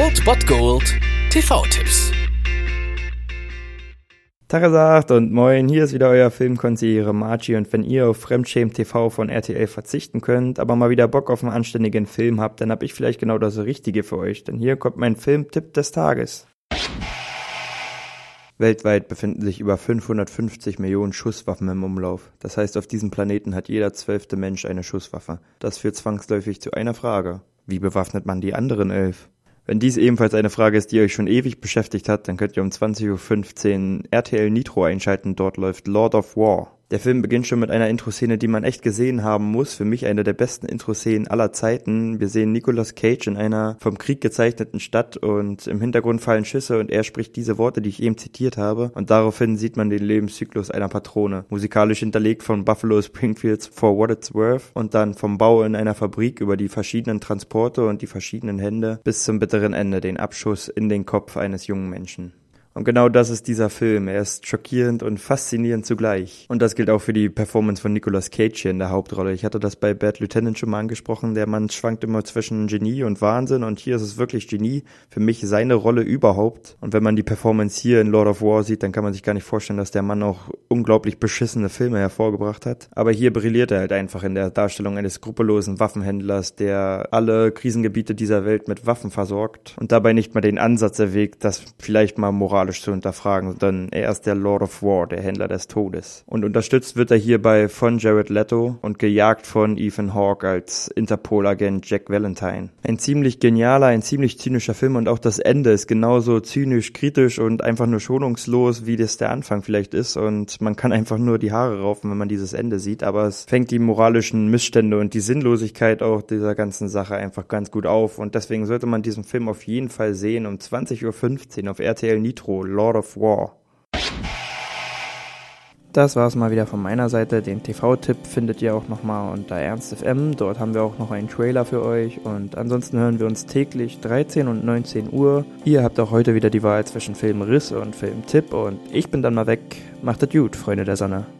Old Bot Gold TV-Tipps. Tagesacht und moin, hier ist wieder euer Filmkonsigliere Margie und wenn ihr auf Fremdschämen TV von RTL verzichten könnt, aber mal wieder Bock auf einen anständigen Film habt, dann hab ich vielleicht genau das Richtige für euch, denn hier kommt mein Filmtipp des Tages. Weltweit befinden sich über 550 Millionen Schusswaffen im Umlauf. Das heißt, auf diesem Planeten hat jeder 12. Mensch eine Schusswaffe. Das führt zwangsläufig zu einer Frage. Wie bewaffnet man die anderen 11? Wenn dies ebenfalls eine Frage ist, die euch schon ewig beschäftigt hat, dann könnt ihr um 20:15 Uhr RTL Nitro einschalten, dort läuft Lord of War. Der Film beginnt schon mit einer Intro-Szene, die man echt gesehen haben muss. Für mich eine der besten Intro-Szenen aller Zeiten. Wir sehen Nicolas Cage in einer vom Krieg gezeichneten Stadt und im Hintergrund fallen Schüsse und er spricht diese Worte, die ich eben zitiert habe. Und daraufhin sieht man den Lebenszyklus einer Patrone. Musikalisch hinterlegt von Buffalo Springfields For What It's Worth und dann vom Bau in einer Fabrik über die verschiedenen Transporte und die verschiedenen Hände bis zum bitteren Ende, den Abschuss in den Kopf eines jungen Menschen. Und genau das ist dieser Film. Er ist schockierend und faszinierend zugleich. Und das gilt auch für die Performance von Nicolas Cage hier in der Hauptrolle. Ich hatte das bei Bad Lieutenant schon mal angesprochen. Der Mann schwankt immer zwischen Genie und Wahnsinn und hier ist es wirklich Genie. Für mich seine Rolle überhaupt. Und wenn man die Performance hier in Lord of War sieht, dann kann man sich gar nicht vorstellen, dass der Mann auch unglaublich beschissene Filme hervorgebracht hat. Aber hier brilliert er halt einfach in der Darstellung eines skrupellosen Waffenhändlers, der alle Krisengebiete dieser Welt mit Waffen versorgt und dabei nicht mal den Ansatz erwägt, das vielleicht mal moralisch zu hinterfragen, sondern er ist der Lord of War, der Händler des Todes. Und unterstützt wird er hierbei von Jared Leto und gejagt von Ethan Hawke als Interpol-Agent Jack Valentine. Ein ziemlich genialer, ein ziemlich zynischer Film und auch das Ende ist genauso zynisch, kritisch und einfach nur schonungslos, wie das der Anfang vielleicht ist und man kann einfach nur die Haare raufen, wenn man dieses Ende sieht, aber es fängt die moralischen Missstände und die Sinnlosigkeit auch dieser ganzen Sache einfach ganz gut auf und deswegen sollte man diesen Film auf jeden Fall sehen um 20:15 Uhr auf RTL Nitro, Lord of War. Das war's mal wieder von meiner Seite. Den TV-Tipp findet ihr auch nochmal unter Ernst FM. Dort haben wir auch noch einen Trailer für euch. Und ansonsten hören wir uns täglich 13 und 19 Uhr. Ihr habt auch heute wieder die Wahl zwischen Filmriss und Filmtipp. Und ich bin dann mal weg. Macht es gut, Freunde der Sonne.